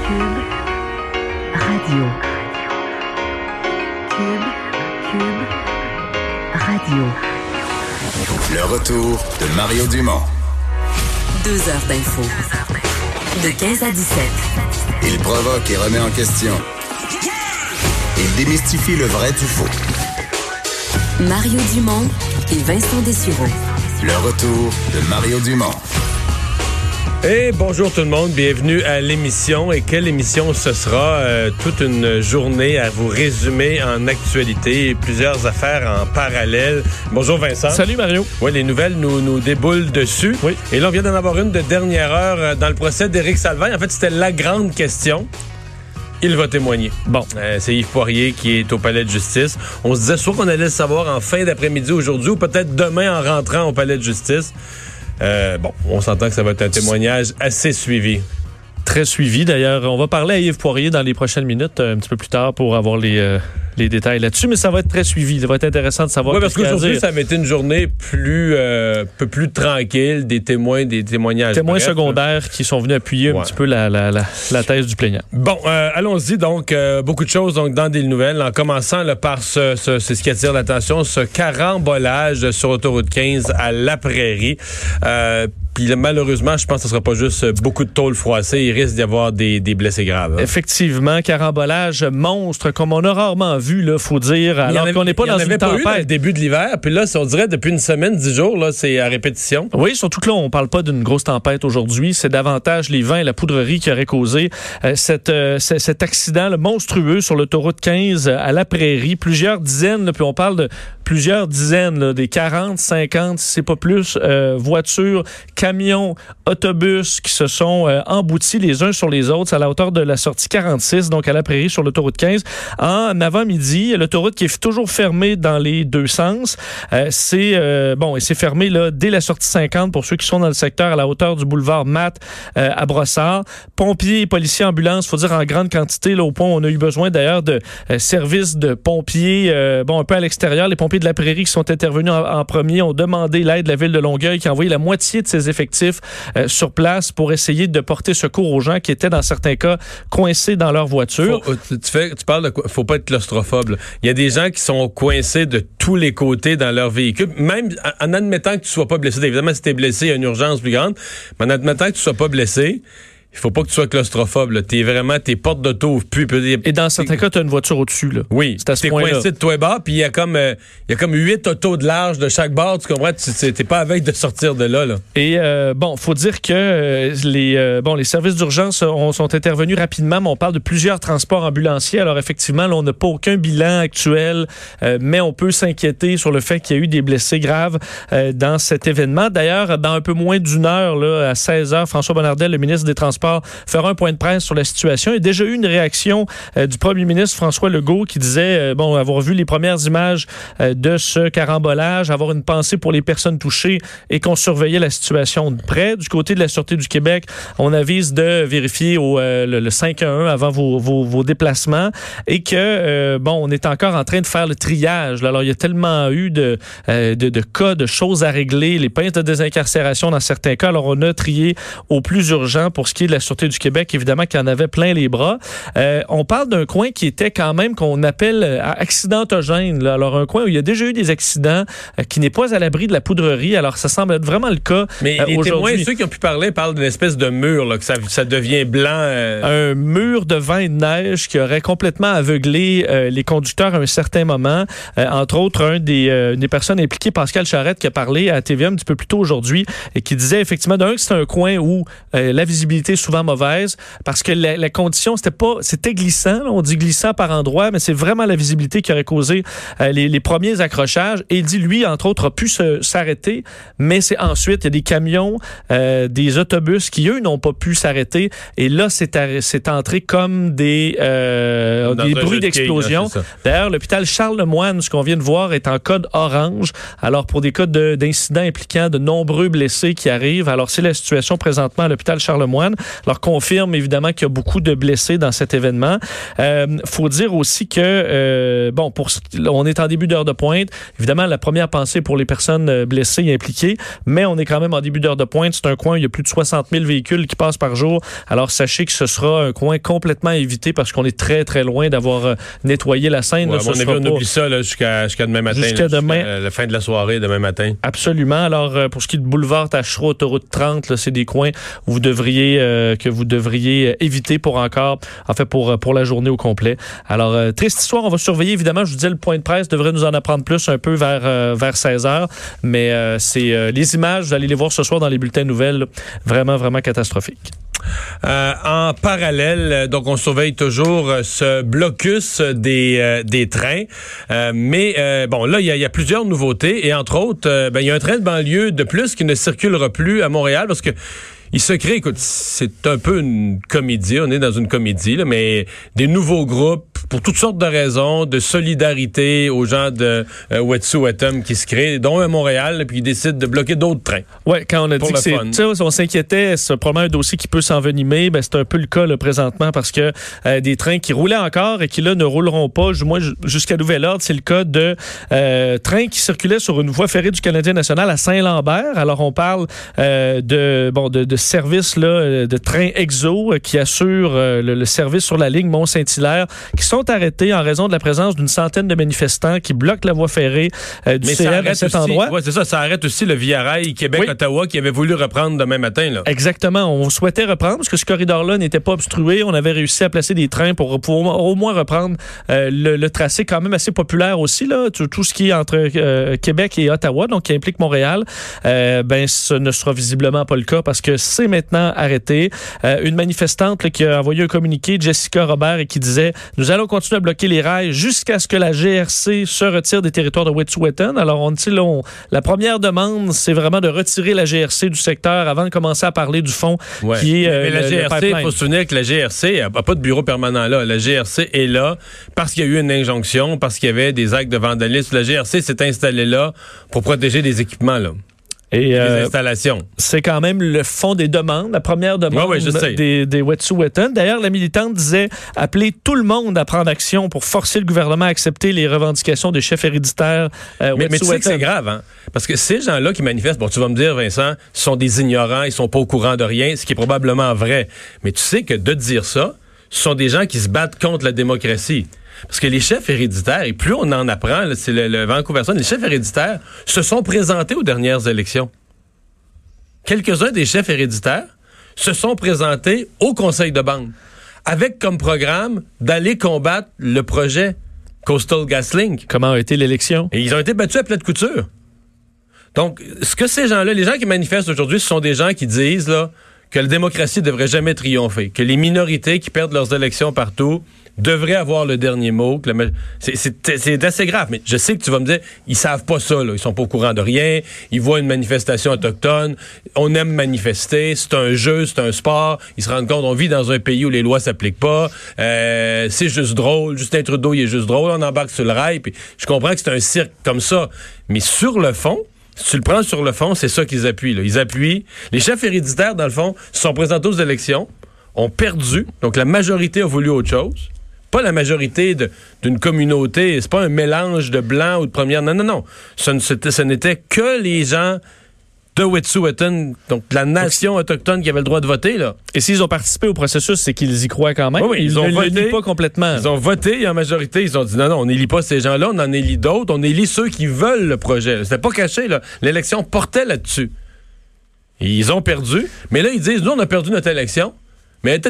Radio. Cube Radio. Le retour de Mario Dumont. 2 heures d'info. De 15 à 17. Il provoque et remet en question. Il démystifie le vrai du faux. Mario Dumont et Vincent Dessureau. Le retour de Mario Dumont. Et bonjour tout le monde, bienvenue à l'émission. Et quelle émission ce sera? Toute une journée à vous résumer en actualité, plusieurs affaires en parallèle. Bonjour Vincent. Salut Mario. Oui, les nouvelles nous déboulent dessus. Oui. Et là, on vient d'en avoir une de dernière heure dans le procès d'Éric Salvaille. En fait, c'était la grande question. Il va témoigner. Bon, c'est Yves Poirier qui est au palais de justice. On se disait soit qu'on allait le savoir en fin d'après-midi aujourd'hui ou peut-être demain en rentrant au palais de justice. Bon, on s'entend que ça va être un témoignage assez suivi. Très suivi. D'ailleurs, on va parler à Yves Poirier dans les prochaines minutes, un petit peu plus tard, pour avoir les détails là-dessus. Mais ça va être très suivi. Ça va être intéressant de savoir. Oui, parce qu'aujourd'hui, ça m'a été une journée peu plus tranquille, des témoignages. Témoins secondaires qui sont venus appuyer un petit peu la thèse du plaignant. Bon, allons-y. Donc, beaucoup de choses donc dans des nouvelles. En commençant là, par c'est ce qui attire l'attention, ce carambolage sur l'autoroute 15 à La Prairie. Puis malheureusement, je pense que ce ne sera pas juste beaucoup de tôle froissée. Il risque d'y avoir des blessés graves. Hein. Effectivement, carambolage monstre, comme on a rarement vu, il faut dire, alors qu'on n'est pas dans une tempête. Il n'y en avait pas eu dans le début de l'hiver, puis là, on dirait depuis une semaine, 10 jours, là, c'est à répétition. Oui, surtout que là, on ne parle pas d'une grosse tempête aujourd'hui. C'est davantage les vents et la poudrerie qui auraient causé cet accident monstrueux sur l'autoroute 15 à La Prairie. Plusieurs dizaines, là, puis on parle de plusieurs dizaines, là, des 40, 50, si c'est pas plus, voitures, camions, autobus qui se sont emboutis les uns sur les autres. C'est à la hauteur de la sortie 46, donc à La Prairie sur l'autoroute 15. En avant-midi, l'autoroute qui est toujours fermée dans les deux sens. Et c'est fermé là, dès la sortie 50 pour ceux qui sont dans le secteur à la hauteur du boulevard Matt à Brossard. Pompiers et policiers ambulances, faut dire en grande quantité, là, au point où on a eu besoin d'ailleurs de services de pompiers, un peu à l'extérieur. Les pompiers de La Prairie qui sont intervenus en premier ont demandé l'aide de la ville de Longueuil qui a envoyé la moitié de ses effectifs sur place pour essayer de porter secours aux gens qui étaient dans certains cas coincés dans leur voiture. Tu parles de quoi? Faut pas être claustrophobe. Il y a des gens qui sont coincés de tous les côtés dans leur véhicule, même en admettant que tu sois pas blessé. Évidemment, si t'es blessé, il y a une urgence plus grande, mais en admettant que tu sois pas blessé, il faut pas que tu sois claustrophobe. Là. Tes portes d'auto ouvrent plus. Et dans certains cas, tu as une voiture au-dessus. Là. Oui, c'est à ce point-là. T'es coincé de toi et bord, puis il y a comme 8 autos de large de chaque bord. Tu comprends? T'es pas avec de sortir de là. Et faut dire que les services d'urgence sont intervenus rapidement, mais on parle de plusieurs transports ambulanciers. Alors effectivement, là, on n'a pas aucun bilan actuel, mais on peut s'inquiéter sur le fait qu'il y a eu des blessés graves dans cet événement. D'ailleurs, dans un peu moins d'une heure, là, à 16h, François Bonnardel, le ministre des Transports, fera un point de presse sur la situation. Il y a déjà eu une réaction du premier ministre François Legault qui disait avoir vu les premières images de ce carambolage, avoir une pensée pour les personnes touchées et qu'on surveillait la situation de près. Du côté de la Sûreté du Québec, on avise de vérifier le 511 avant vos déplacements et que on est encore en train de faire le triage. Alors, il y a tellement eu de cas, de choses à régler, les pinces de désincarcération dans certains cas. Alors, on a trié au plus urgent pour ce qui est de la Sûreté du Québec, évidemment, qui en avait plein les bras. On parle d'un coin qui était quand même, qu'on appelle accidentogène. Là. Alors, un coin où il y a déjà eu des accidents, qui n'est pas à l'abri de la poudrerie. Alors, ça semble être vraiment le cas mais les aujourd'hui. Témoins, ceux qui ont pu parler, parlent d'une espèce de mur, là, que ça devient blanc. Un mur de vent et de neige qui aurait complètement aveuglé les conducteurs à un certain moment. Entre autres, un des personnes impliquées, Pascal Charette, qui a parlé à TVA un petit peu plus tôt aujourd'hui et qui disait effectivement, que c'est un coin où la visibilité est souvent mauvaise parce que la condition, c'était glissant. Là, on dit glissant par endroit, mais c'est vraiment la visibilité qui aurait causé les premiers accrochages. Et il dit, lui, entre autres, a pu s'arrêter, mais c'est ensuite, il y a des camions, des autobus qui, eux, n'ont pas pu s'arrêter. Et là, c'est entré comme des bruits d'explosion. Là, d'ailleurs, l'hôpital Charles-Lemoine, ce qu'on vient de voir, est en code orange. Alors, pour des cas d'incidents impliquant de nombreux blessés qui arrivent, alors c'est la situation présentement à l'hôpital Charles-Lemoine. Alors, confirme évidemment qu'il y a beaucoup de blessés dans cet événement. Faut dire aussi que, on est en début d'heure de pointe. Évidemment, la première pensée pour les personnes blessées et impliquées, mais on est quand même en début d'heure de pointe. C'est un coin où il y a plus de 60 000 véhicules qui passent par jour. Alors, sachez que ce sera un coin complètement évité parce qu'on est très, très loin d'avoir nettoyé la scène. Ouais, on oublie ça là, jusqu'à demain matin. Jusqu'à la fin de la soirée, demain matin. Absolument. Alors, pour ce qui est de boulevard Taschereau, autoroute 30, là, c'est des coins où vous devriez éviter pour la journée au complet. Alors, triste histoire, on va surveiller. Évidemment, je vous disais, le point de presse devrait nous en apprendre plus un peu vers 16h, mais c'est les images, vous allez les voir ce soir dans les bulletins de nouvelles, vraiment, vraiment catastrophiques. En parallèle, donc on surveille toujours ce blocus des trains, mais là il y a plusieurs nouveautés et entre autres, il y a un train de banlieue de plus qui ne circulera plus à Montréal parce que il se crée, écoute, c'est un peu une comédie, on est dans une comédie, là, mais des nouveaux groupes pour toutes sortes de raisons, de solidarité aux gens de Wet'suwet'en qui se créent, dont à Montréal, puis ils décident de bloquer d'autres trains. Oui, quand on a dit que on s'inquiétait, c'est probablement un dossier qui peut s'envenimer, c'est un peu le cas là, présentement parce que des trains qui roulaient encore et qui là ne rouleront pas, moi jusqu'à nouvel ordre, c'est le cas de trains qui circulaient sur une voie ferrée du Canadien national à Saint-Lambert. Alors on parle de services là, de trains EXO qui assurent le service sur la ligne Mont-Saint-Hilaire, qui sont arrêtés en raison de la présence d'une centaine de manifestants qui bloquent la voie ferrée du CN à cet endroit. Oui, c'est ça. Ça arrête aussi le Via Rail Québec-Ottawa qui avait voulu reprendre demain matin. Là. Exactement. On souhaitait reprendre parce que ce corridor-là n'était pas obstrué. On avait réussi à placer des trains pour au moins reprendre le tracé quand même assez populaire aussi, là, tout ce qui est entre Québec et Ottawa, donc qui implique Montréal. Ce ne sera visiblement pas le cas parce que c'est maintenant arrêté. Une manifestante là, qui a envoyé un communiqué, Jessica Robert, et qui disait « Nous allons continuer à bloquer les rails jusqu'à ce que la GRC se retire des territoires de Wet'suwet'en. » Alors, la première demande, c'est vraiment de retirer la GRC du secteur avant de commencer à parler du fond qui est mais la GRC, il faut se souvenir que la GRC n'a pas de bureau permanent là. La GRC est là parce qu'il y a eu une injonction, parce qu'il y avait des actes de vandalisme. La GRC s'est installée là pour protéger des équipements, là. Et des installations. C'est quand même le fond des demandes, la première demande des Wet'suwet'en. D'ailleurs, la militante disait appeler tout le monde à prendre action pour forcer le gouvernement à accepter les revendications des chefs héréditaires mais tu sais que c'est grave, hein? Parce que ces gens-là qui manifestent, tu vas me dire, Vincent, sont des ignorants, ils sont pas au courant de rien, ce qui est probablement vrai. Mais tu sais que de dire ça, ce sont des gens qui se battent contre la démocratie. Parce que les chefs héréditaires, et plus on en apprend, là, c'est le Vancouver Sun, les chefs héréditaires se sont présentés aux dernières élections. Quelques-uns des chefs héréditaires se sont présentés au conseil de bande avec comme programme d'aller combattre le projet Coastal GasLink. Comment a été l'élection? Et ils ont été battus à plat de couture. Donc, ce que ces gens-là, les gens qui manifestent aujourd'hui, ce sont des gens qui disent là, que la démocratie devrait jamais triompher, que les minorités qui perdent leurs élections partout devraient avoir le dernier mot. C'est assez grave, mais je sais que tu vas me dire, ils savent pas ça, là. Ils sont pas au courant de rien, ils voient une manifestation autochtone, on aime manifester, c'est un jeu, c'est un sport, ils se rendent compte, on vit dans un pays où les lois s'appliquent pas, c'est juste drôle, Justin Trudeau, il est juste drôle, on embarque sur le rail, puis je comprends que c'est un cirque comme ça, mais sur le fond, si tu le prends sur le fond, c'est ça qu'ils appuient, là. Ils appuient, les chefs héréditaires, dans le fond, se sont présentés aux élections, ont perdu, donc la majorité a voulu autre chose. Pas la majorité d'une communauté, c'est pas un mélange de blancs ou de première. Non. Ce n'était que les gens de Wet'suwet'en, donc la nation autochtone qui avait le droit de voter, là. Et s'ils ont participé au processus, c'est qu'ils y croient quand même. Oui, ils ont voté. Pas complètement. Ils ont voté et en majorité, ils ont dit non, on n'élit pas ces gens-là, on en élit d'autres, on élit ceux qui veulent le projet. C'était pas caché, là. L'élection portait là-dessus. Et ils ont perdu. Mais là, ils disent, nous, on a perdu notre élection. Mais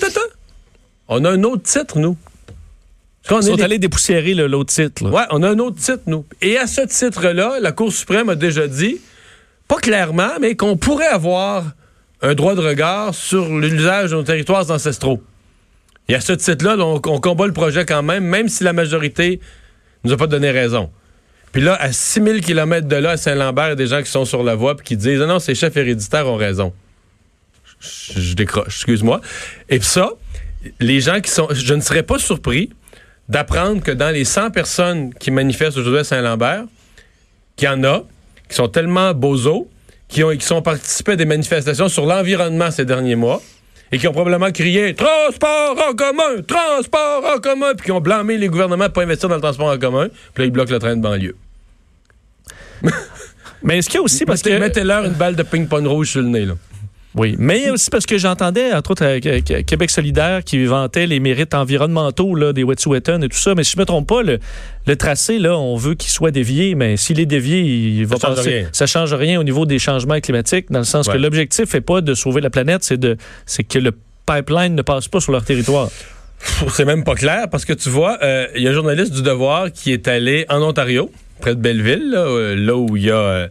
on a un autre titre, nous. Ils sont allés dépoussiérer l'autre titre. Oui, on a un autre titre, nous. Et à ce titre-là, la Cour suprême a déjà dit, pas clairement, mais qu'on pourrait avoir un droit de regard sur l'usage de nos territoires ancestraux. Et à ce titre-là, on combat le projet quand même si la majorité nous a pas donné raison. Puis là, à 6000 km de là, à Saint-Lambert, il y a des gens qui sont sur la voie et qui disent « Non, ces chefs héréditaires ont raison. » Je décroche, excuse-moi. Et puis ça, les gens qui sont... Je ne serais pas surpris d'apprendre que dans les 100 personnes qui manifestent aujourd'hui à Saint-Lambert, qu'il y en a qui sont tellement bozos, qui sont participés à des manifestations sur l'environnement ces derniers mois, et qui ont probablement crié « Transport en commun! Transport en commun! » puis qui ont blâmé les gouvernements de pas investir dans le transport en commun. Puis là, ils bloquent le train de banlieue. Mais est-ce qu'il y a aussi parce que... Mettez-leur une balle de ping-pong rouge sur le nez, là. Oui, mais aussi parce que j'entendais, entre autres, Québec solidaire qui vantait les mérites environnementaux là, des Wet'suwet'en et tout ça. Mais si je ne me trompe pas, le tracé, là, on veut qu'il soit dévié, mais s'il est dévié, il va passer. Ça ne change rien au niveau des changements climatiques, dans le sens que l'objectif n'est pas de sauver la planète, c'est que le pipeline ne passe pas sur leur territoire. C'est même pas clair, parce que tu vois, il y a un journaliste du Devoir qui est allé en Ontario, près de Belleville, là où il y a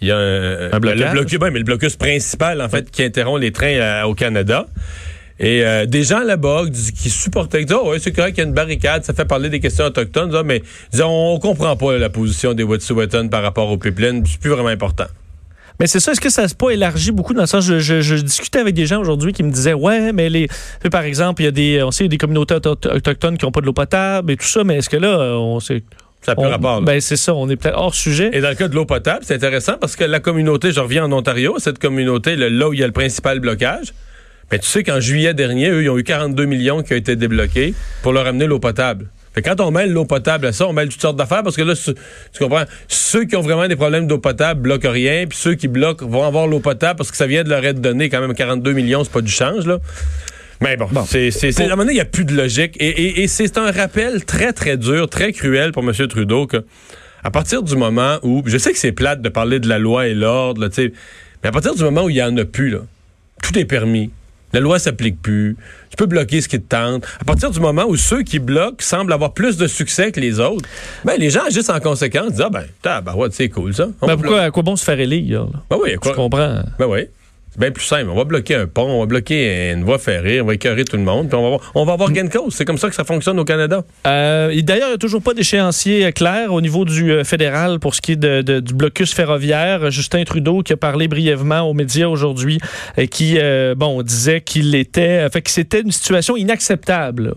un blocage. Le blocus principal, en fait, qui interrompt les trains au Canada. Et des gens là-bas qui supportaient, qui disaient « Oh, ouais, c'est correct qu'il y a une barricade, ça fait parler des questions autochtones. » Mais disons, on comprend pas la position des Wet'suwet'en par rapport aux pipelines. C'est plus vraiment important. Mais c'est ça, est-ce que ça s'est pas élargi beaucoup dans le sens, je discutais avec des gens aujourd'hui qui me disaient, ouais, mais par exemple, il y a des communautés autochtones qui n'ont pas de l'eau potable et tout ça, mais est-ce que là, ça n'a plus rapport. Ben c'est ça, on est peut-être hors sujet. Et dans le cas de l'eau potable, c'est intéressant parce que la communauté, je reviens en Ontario, cette communauté, là où il y a le principal blocage, ben tu sais qu'en juillet dernier, eux, ils ont eu 42 millions qui ont été débloqués pour leur amener l'eau potable. Fait que quand on mêle l'eau potable à ça, on mêle toutes sortes d'affaires parce que là, tu comprends, ceux qui ont vraiment des problèmes d'eau potable bloquent rien, puis ceux qui bloquent vont avoir l'eau potable parce que ça vient de leur être donné. Quand même, 42 millions, c'est pas du change, là. Mais bon, à un moment donné, il n'y a plus de logique. Et c'est un rappel très, très dur, très cruel pour M. Trudeau que, à partir du moment où, je sais que c'est plate de parler de la loi et l'ordre, tu sais, mais à partir du moment où il n'y en a plus, là, tout est permis. La loi s'applique plus. Tu peux bloquer ce qui te tente. À partir du moment où ceux qui bloquent semblent avoir plus de succès que les autres, ben les gens agissent en conséquence. Disent c'est cool ça. À quoi bon se faire élire? Ben oui, je comprends. Ben oui. C'est bien plus simple. On va bloquer un pont, on va bloquer une voie ferrée, on va écœurer tout le monde, puis on va avoir gain de cause. C'est comme ça que ça fonctionne au Canada. D'ailleurs, il n'y a toujours pas d'échéancier clair au niveau du fédéral pour ce qui est du blocus ferroviaire. Justin Trudeau qui a parlé brièvement aux médias aujourd'hui, qui disait que c'était une situation inacceptable.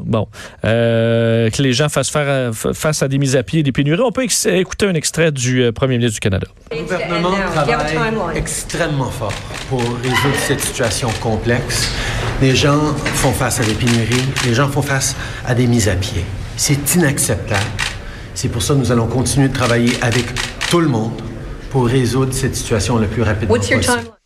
Que les gens fassent face à des mises à pied et des pénuries. On peut écouter un extrait du premier ministre du Canada. Le gouvernement travaille extrêmement fort pour résoudre cette situation complexe. Les gens font face à des pénuries, les gens font face à des mises à pied. C'est inacceptable. C'est pour ça que nous allons continuer de travailler avec tout le monde pour résoudre cette situation le plus rapidement possible.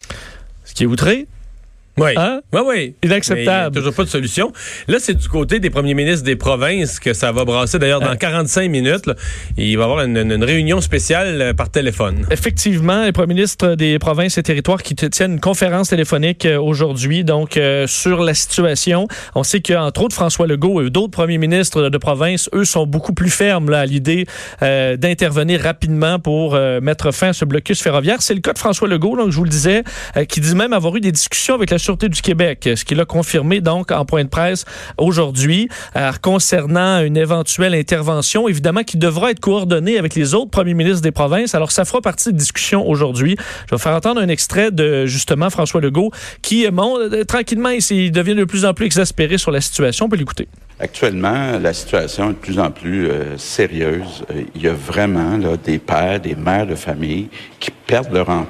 Ce qui est outré? Oui. Hein? Oui. Inacceptable. Il n'y a toujours pas de solution. Là, c'est du côté des premiers ministres des provinces que ça va brasser. D'ailleurs, dans 45 minutes, là, il va y avoir une réunion spéciale par téléphone. Effectivement, les premiers ministres des provinces et territoires qui tiennent une conférence téléphonique aujourd'hui, donc sur la situation. On sait qu'entre autres, François Legault et d'autres premiers ministres de province, eux, sont beaucoup plus fermes là, à l'idée d'intervenir rapidement pour mettre fin à ce blocus ferroviaire. C'est le cas de François Legault, donc je vous le disais, qui dit même avoir eu des discussions avec la Sûreté du Québec, ce qu'il a confirmé donc en point de presse aujourd'hui concernant une éventuelle intervention, évidemment, qui devra être coordonnée avec les autres premiers ministres des provinces. Alors, ça fera partie de discussion aujourd'hui. Je vais faire entendre un extrait de, justement, François Legault qui, tranquillement, il devient de plus en plus exaspéré sur la situation. On peut l'écouter. Actuellement, la situation est de plus en plus sérieuse. Il y a vraiment des pères, des mères de famille qui perdent leur emploi.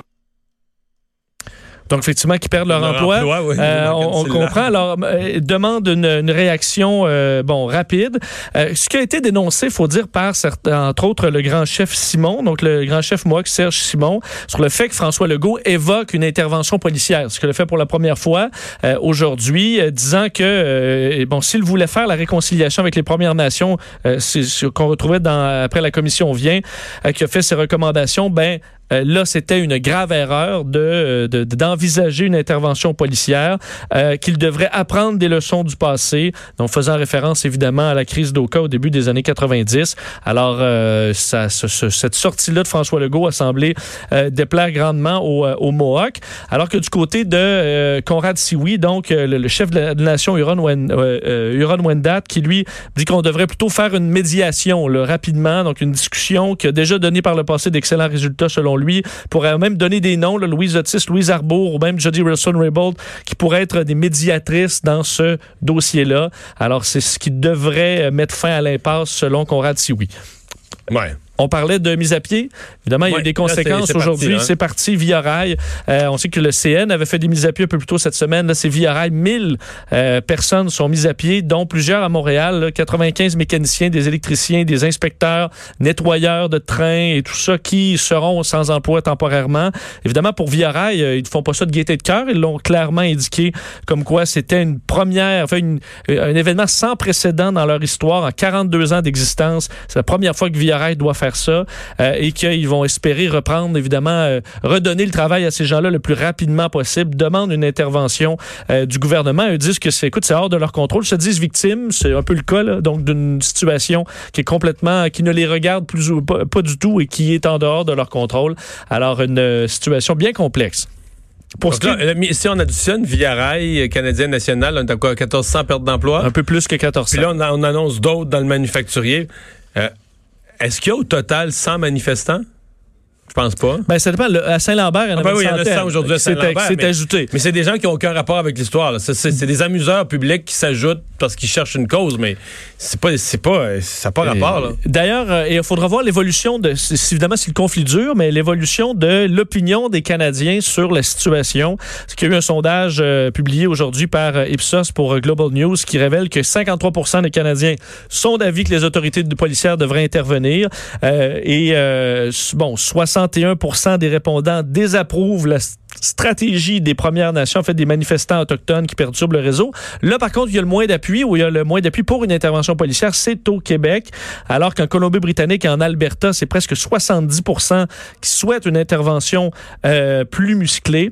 Donc, effectivement, qui perdent leur emploi. Oui, on comprend. Alors, demande une réaction rapide. Ce qui a été dénoncé, il faut dire, par certains, entre autres, le grand chef Simon, donc le grand chef Mohawk Serge Simon, sur le fait que François Legault évoque une intervention policière, ce qu'il a fait pour la première fois aujourd'hui, disant que, s'il voulait faire la réconciliation avec les Premières Nations, c'est ce qu'on retrouvait après la commission Vient, qui a fait ses recommandations, là, c'était une grave erreur d'envisager une intervention policière, qu'il devrait apprendre des leçons du passé, donc faisant référence évidemment à la crise d'Oka au début des années 90. Alors, cette sortie-là de François Legault a semblé déplaire grandement aux Mohawks, alors que du côté de Conrad Sioui, donc le chef de la nation Huron-Wendat, qui lui dit qu'on devrait plutôt faire une médiation rapidement, donc une discussion qui a déjà donné par le passé d'excellents résultats selon lui, pourrait même donner des noms, Louise Otis, Louise Arbour ou même Jody Wilson-Raybould, qui pourraient être des médiatrices dans ce dossier-là. Alors, c'est ce qui devrait mettre fin à l'impasse selon Conrad Sioui. Ouais. On parlait de mise à pied. Évidemment, il y a eu des conséquences aujourd'hui. C'est parti via rail. On sait que le CN avait fait des mises à pied un peu plus tôt cette semaine. Là, c'est via rail. 1000 personnes sont mises à pied, dont plusieurs à Montréal. Là, 95 mécaniciens, des électriciens, des inspecteurs, nettoyeurs de trains et tout ça qui seront sans emploi temporairement. Évidemment, pour via rail, ils ne font pas ça de gaieté de cœur. Ils l'ont clairement indiqué comme quoi c'était une première, un événement sans précédent dans leur histoire. En 42 ans d'existence, c'est la première fois que via rail doit faire ça et qu'ils vont espérer reprendre, évidemment, redonner le travail à ces gens-là le plus rapidement possible, demandent une intervention du gouvernement. Ils disent que c'est hors de leur contrôle, se disent victimes, c'est un peu le cas, là, donc d'une situation qui ne les regarde pas du tout et qui est en dehors de leur contrôle. Alors, une situation bien complexe. Donc là, si on additionne Via Rail, Canadien National, on est à quoi, 1400 pertes d'emploi? Un peu plus que 1400. Puis là, on annonce d'autres dans le manufacturier. Est-ce qu'il y a au total 100 manifestants? Je pense pas. Ben, ça dépend. À Saint-Lambert, il y en a il y en a 100 aujourd'hui à Saint-Lambert. C'est ajouté. Mais c'est des gens qui n'ont aucun rapport avec l'histoire. Là. C'est des amuseurs publics qui s'ajoutent parce qu'ils cherchent une cause, mais ça n'a pas rapport. Là. D'ailleurs, il faudra voir l'évolution évidemment, si le conflit dure, mais l'évolution de l'opinion des Canadiens sur la situation. Parce qu'il y a eu un sondage publié aujourd'hui par Ipsos pour Global News qui révèle que 53% des Canadiens sont d'avis que les autorités policières devraient intervenir. 61% des répondants désapprouvent la stratégie des Premières Nations, en fait, des manifestants autochtones qui perturbent le réseau. Là, par contre, il y a le moins d'appui, pour une intervention policière, c'est au Québec, alors qu'en Colombie-Britannique et en Alberta, c'est presque 70% qui souhaitent une intervention plus musclée.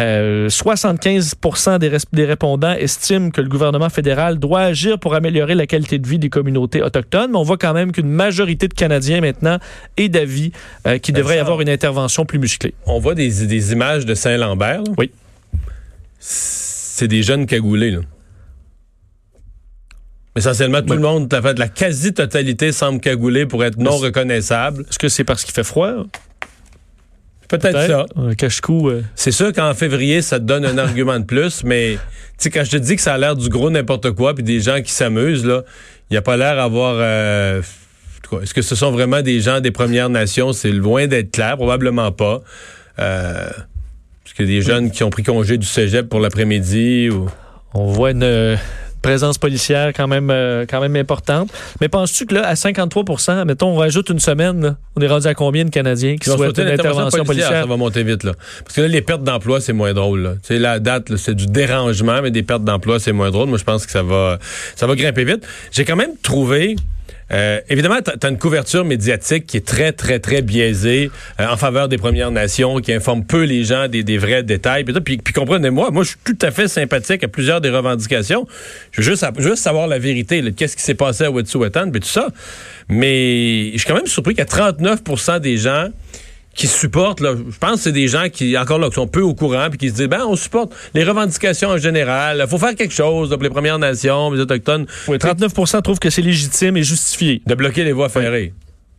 75% des répondants estiment que le gouvernement fédéral doit agir pour améliorer la qualité de vie des communautés autochtones, mais on voit quand même qu'une majorité de Canadiens maintenant est d'avis qu'il devrait y avoir une intervention plus musclée. On voit des images de Saint-Lambert. Là. Oui. C'est des jeunes cagoulés. Là. Essentiellement, tout le monde, de la quasi-totalité semble cagoulé pour être non reconnaissable. Est-ce que c'est parce qu'il fait froid? Peut-être ça. Un cache-cou. C'est sûr qu'en février, ça te donne un argument de plus, mais quand je te dis que ça a l'air du gros n'importe quoi, puis des gens qui s'amusent, là, il n'y a pas l'air d'avoir... Est-ce que ce sont vraiment des gens des Premières Nations? C'est loin d'être clair, probablement pas. Parce qu'il y a des jeunes qui ont pris congé du cégep pour l'après-midi. On voit une présence policière quand même importante. Mais penses-tu que là, à 53%, mettons, on rajoute une semaine, là, on est rendu à combien de Canadiens qui souhaitent une intervention policière? Ça va monter vite, là. Parce que là, les pertes d'emploi, c'est moins drôle, là. Tu sais, la date, là, c'est du dérangement, mais des pertes d'emploi, c'est moins drôle. Moi, je pense que ça va grimper vite. J'ai quand même trouvé... évidemment, t'as une couverture médiatique qui est très, très, très biaisée en faveur des Premières Nations, qui informe peu les gens des vrais détails. Puis comprenez-moi, je suis tout à fait sympathique à plusieurs des revendications. Je veux juste savoir la vérité, là, qu'est-ce qui s'est passé à Wet'suwet'en, puis tout ça. Mais je suis quand même surpris qu'il y a 39% des gens qui supportent, là, je pense que c'est des gens qui, encore là, qui sont peu au courant puis qui se disent, on supporte les revendications en général, il faut faire quelque chose là, pour les Premières Nations, les Autochtones. Oui, 39% trouvent que c'est légitime et justifié. De bloquer les voies ferrées.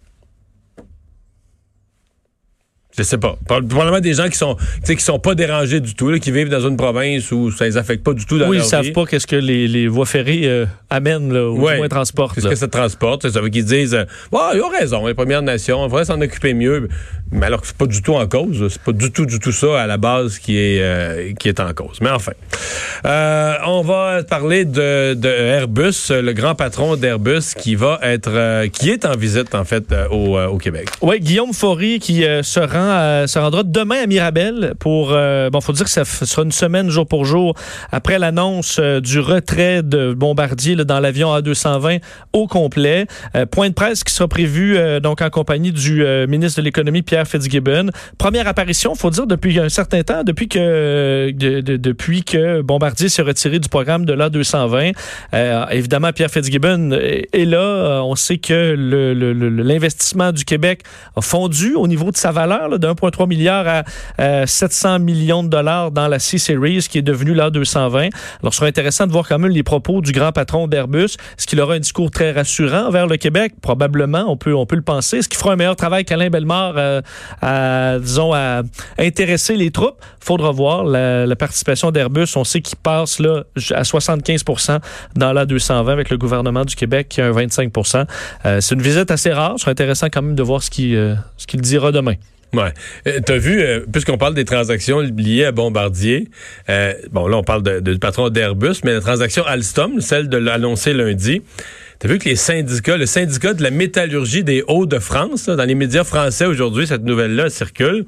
Je sais pas. Probablement des gens qui sont pas dérangés du tout, là, qui vivent dans une province où ça les affecte pas du tout dans leur vie. Oui, ils savent pas qu'est-ce que les voies ferrées amènent, là, ou du moins transportent. Qu'est-ce que ça transporte? Ça veut qu'ils disent, ils ont raison, les Premières Nations, il faudrait s'en occuper mieux. Mais alors que c'est pas du tout en cause. C'est pas du tout ça à la base qui est en cause. Mais enfin. On va parler de Airbus, le grand patron d'Airbus qui est en visite, en fait, au Québec. Oui, Guillaume Faury qui se rendra demain à Mirabel pour... faut dire que ça sera une semaine jour pour jour après l'annonce du retrait de Bombardier là, dans l'avion A220 au complet. Point de presse qui sera prévu donc en compagnie du ministre de l'Économie, Pierre Fitzgibbon. Première apparition, faut dire, depuis un certain temps, depuis que Bombardier s'est retiré du programme de l'A220. Évidemment, Pierre Fitzgibbon est là. On sait que l'investissement du Québec a fondu au niveau de sa valeur, là, de 1,3 milliard à 700 millions de dollars dans la C-Series, qui est devenue l'A220. Alors, ce sera intéressant de voir quand même les propos du grand patron d'Airbus. Est-ce qu'il aura un discours très rassurant envers le Québec? Probablement, on peut le penser. Est-ce qu'il fera un meilleur travail qu'Alain Bellemare à intéresser les troupes. Faudra voir la participation d'Airbus. On sait qu'il passe là à 75% dans l'A220 avec le gouvernement du Québec qui a un 25%. C'est une visite assez rare. Ce sera intéressant quand même de voir ce qu'il dira demain. Ouais. T'as vu, puisqu'on parle des transactions liées à Bombardier, là, on parle du patron d'Airbus, mais la transaction Alstom, celle de l'annoncer lundi, t'as vu que le syndicat de la métallurgie des Hauts-de-France, là, dans les médias français aujourd'hui, cette nouvelle-là circule,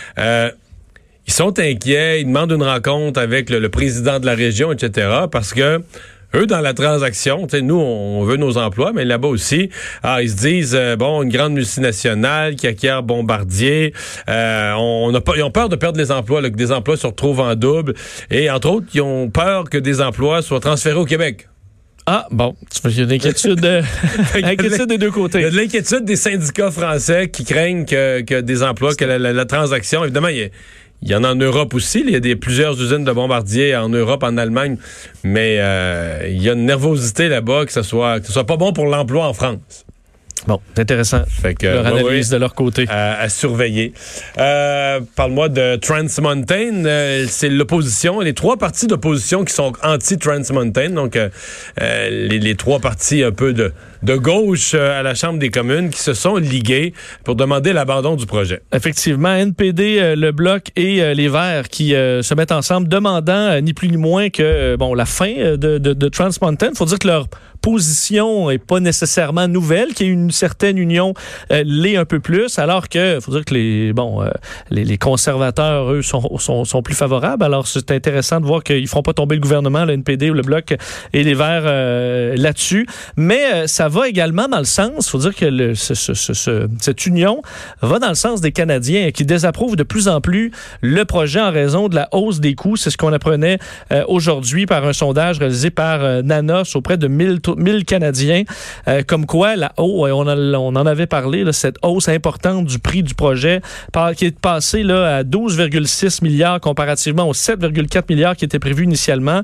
ils sont inquiets, ils demandent une rencontre avec le président de la région, etc., parce que eux, dans la transaction, nous, on veut nos emplois, mais là-bas aussi, ils se disent, une grande multinationale qui acquiert Bombardier, ils ont peur de perdre les emplois, là, que des emplois se retrouvent en double, et entre autres, ils ont peur que des emplois soient transférés au Québec. Ah, bon, il y a une inquiétude, des deux côtés. Il y a de l'inquiétude des syndicats français qui craignent que des emplois, que la transaction, évidemment, il y en a en Europe aussi. Il y a plusieurs usines de Bombardier en Europe, en Allemagne. Mais il y a une nervosité là-bas que ce soit pas bon pour l'emploi en France. Bon, c'est intéressant. Fait que, leur analyse de leur côté. À surveiller. Parle-moi de Trans Mountain. C'est l'opposition, les trois partis d'opposition qui sont anti-Trans Mountain. Donc, les trois partis un peu de gauche à la Chambre des communes qui se sont ligués pour demander l'abandon du projet. Effectivement, NPD, le Bloc et les Verts qui se mettent ensemble demandant ni plus ni moins que la fin de Trans Mountain. Il faut dire que leur position n'est pas nécessairement nouvelle, qu'il y ait une certaine union l'est un peu plus, alors que faut dire que les conservateurs, eux, sont plus favorables. Alors, c'est intéressant de voir qu'ils ne feront pas tomber le gouvernement, le NPD ou le Bloc et les Verts là-dessus. Mais ça va également dans le sens, il faut dire que cette union va dans le sens des Canadiens qui désapprouvent de plus en plus le projet en raison de la hausse des coûts. C'est ce qu'on apprenait aujourd'hui par un sondage réalisé par Nanos auprès de 1000 Canadiens, comme quoi on en avait parlé, là, cette hausse importante du prix du projet qui est passé là, à 12,6 milliards comparativement aux 7,4 milliards qui étaient prévus initialement.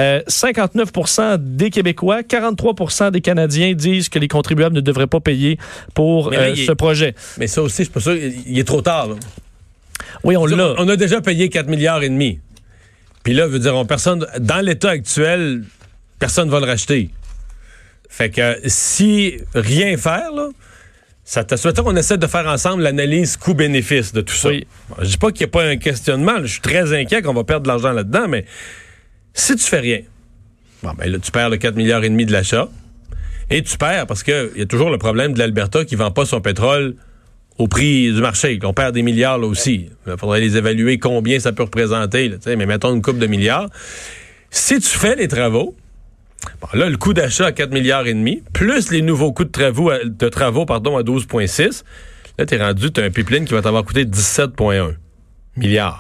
59% des Québécois, 43% des Canadiens disent que les contribuables ne devraient pas payer pour ce projet. Mais ça aussi, je suis pas sûr, il est trop tard. Là. Oui, on l'a. On a déjà payé 4,5 milliards. Puis là, veut dire, dans l'état actuel, personne ne va le racheter. Fait que si rien faire, là, souhaitons qu'on essaie de faire ensemble l'analyse coût-bénéfice de tout ça. Oui. Bon, je dis pas qu'il n'y a pas un questionnement. Je suis très inquiet qu'on va perdre de l'argent là-dedans, mais si tu fais rien, là, tu perds le 4,5 milliards de l'achat et tu perds parce qu'il y a toujours le problème de l'Alberta qui ne vend pas son pétrole au prix du marché. On perd des milliards là aussi. Il faudrait les évaluer combien ça peut représenter. Là, mais mettons une couple de milliards. Si tu fais les travaux, là, le coût d'achat à 4,5 milliards, plus les nouveaux coûts de travaux à 12,6, là, t'es rendu, t'as un pipeline qui va t'avoir coûté 17,1 milliards.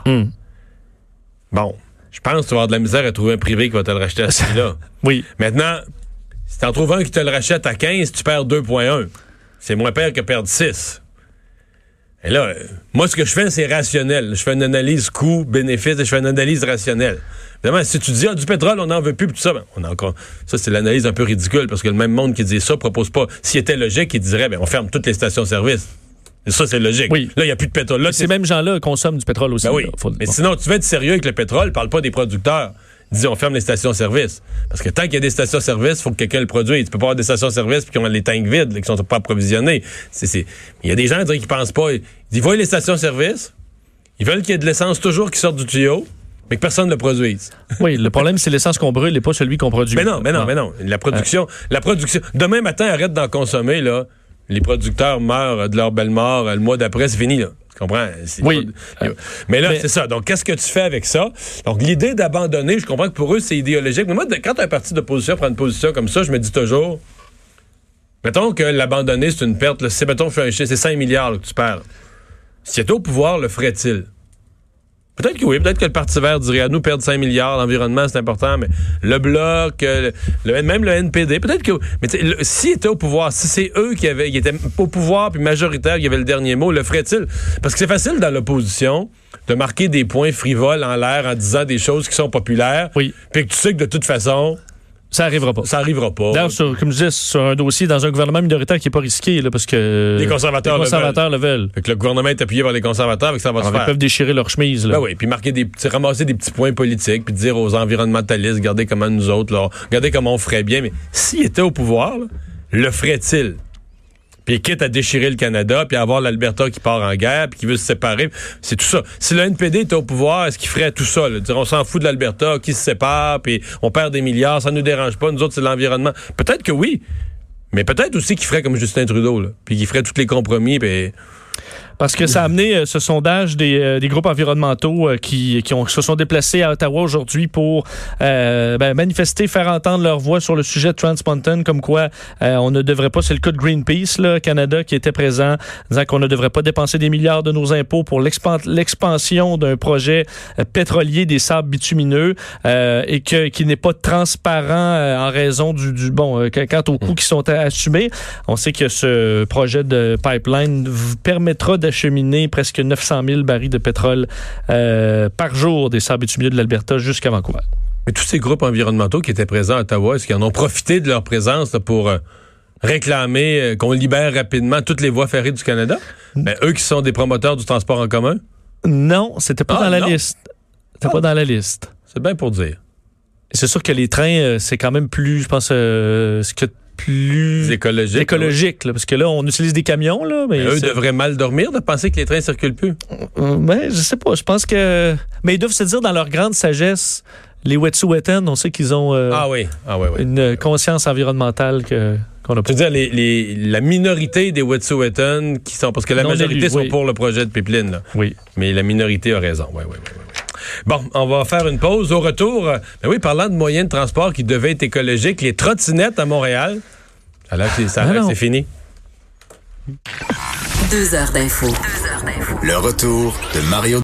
Bon, je pense que tu vas avoir de la misère à trouver un privé qui va te le racheter à ce prix-là. Oui. Maintenant, si t'en trouves un qui te le rachète à 15, tu perds 2,1. C'est moins pire que perdre 6. Et là, moi, ce que je fais, c'est rationnel. Je fais une analyse coût-bénéfice et je fais une analyse rationnelle. Évidemment, si tu dis, du pétrole, on n'en veut plus, puis tout ça, ça, c'est l'analyse un peu ridicule, parce que le même monde qui dit ça propose pas. S'il était logique, il dirait, on ferme toutes les stations-service. Et ça, c'est logique. Oui. Là, il n'y a plus de pétrole. Là, ces mêmes gens-là consomment du pétrole aussi. Oui. Mais sinon, tu veux être sérieux avec le pétrole, parle pas des producteurs. Dis, on ferme les stations-service. Parce que tant qu'il y a des stations-service, il faut que quelqu'un le produise. Tu peux pas avoir des stations-service puis qui ont les tanks vides, là, qui sont pas approvisionnés. Il y a des gens qui pensent pas. Ils voient les stations-service, ils veulent qu'il y ait de l'essence toujours qui sorte du tuyau, mais que personne ne le produise. Oui, le problème, c'est l'essence qu'on brûle et pas celui qu'on produit. Mais non. La production. Demain matin, arrête d'en consommer, là. Les producteurs meurent de leur belle mort. Le mois d'après, c'est fini, là. Tu comprends? Oui. Mais là, c'est ça. Donc, qu'est-ce que tu fais avec ça? Donc, l'idée d'abandonner, je comprends que pour eux, c'est idéologique. Mais moi, quand un parti d'opposition prend une position comme ça, je me dis toujours, mettons que l'abandonner, c'est une perte. Là, c'est 5 milliards là, que tu perds. S'il était au pouvoir, le ferait-il? Peut-être que oui, peut-être que le Parti vert dirait à nous perdre 5 milliards, l'environnement c'est important, mais le Bloc, même le NPD, peut-être que... Mais s'ils étaient au pouvoir, si c'est eux qui étaient au pouvoir puis majoritaire qui avaient le dernier mot, le ferait-il? Parce que c'est facile dans l'opposition de marquer des points frivoles en l'air en disant des choses qui sont populaires, puis que tu sais que de toute façon, Ça arrivera pas. Ça arrivera pas. D'ailleurs, comme je disais, sur un dossier dans un gouvernement minoritaire qui n'est pas risqué, là, parce que les conservateurs le veulent. Fait que le gouvernement est appuyé par les conservateurs, avec ça va se faire. Ils peuvent déchirer leur chemise. Là. Ben oui, puis ramasser des petits points politiques, puis dire aux environnementalistes, regardez comment nous autres, là, regardez comment on ferait bien. Mais s'il était au pouvoir, là, le ferait-il? Puis quitte à déchirer le Canada, puis à avoir l'Alberta qui part en guerre, puis qui veut se séparer, c'est tout ça. Si le NPD était au pouvoir, est-ce qu'il ferait tout ça? Là? Dire on s'en fout de l'Alberta, qui se sépare, puis on perd des milliards, ça nous dérange pas, nous autres c'est l'environnement. Peut-être que oui, mais peut-être aussi qu'il ferait comme Justin Trudeau, là, puis qu'il ferait tous les compromis, puis... Parce que ça a amené ce sondage des groupes environnementaux qui se sont déplacés à Ottawa aujourd'hui pour manifester, faire entendre leur voix sur le sujet de Trans Mountain, comme quoi on ne devrait pas, c'est le cas de Greenpeace, là, Canada, qui était présent, disant qu'on ne devrait pas dépenser des milliards de nos impôts pour l'expansion d'un projet pétrolier des sables bitumineux et qui n'est pas transparent en raison quant aux coûts qui sont assumés. On sait que ce projet de pipeline permettra d'acheminer presque 900 000 barils de pétrole par jour des sables bitumineux de l'Alberta jusqu'à Vancouver. Mais tous ces groupes environnementaux qui étaient présents à Ottawa, est-ce qu'ils en ont profité de leur présence là, pour réclamer qu'on libère rapidement toutes les voies ferrées du Canada? Ben, eux qui sont des promoteurs du transport en commun? Non, c'était pas dans la liste. C'était pas dans la liste. C'est bien pour dire. Et c'est sûr que les trains, c'est quand même plus, je pense, plus écologique là, parce que là, on utilise des camions. Là, mais eux devraient mal dormir de penser que les trains ne circulent plus. Je sais pas. Je pense que... Mais ils doivent se dire dans leur grande sagesse, les Wet'suwet'en, on sait qu'ils ont une conscience environnementale qu'on a pas. Tu veux dire, la minorité des Wet'suwet'en qui sont... Parce que la majorité sont pour le projet de pipeline. Là. Oui. Mais la minorité a raison. Oui. Bon, on va faire une pause. Au retour, parlant de moyens de transport qui devaient être écologiques, les trottinettes à Montréal, c'est fini. 2 heures d'info. Le retour de Mario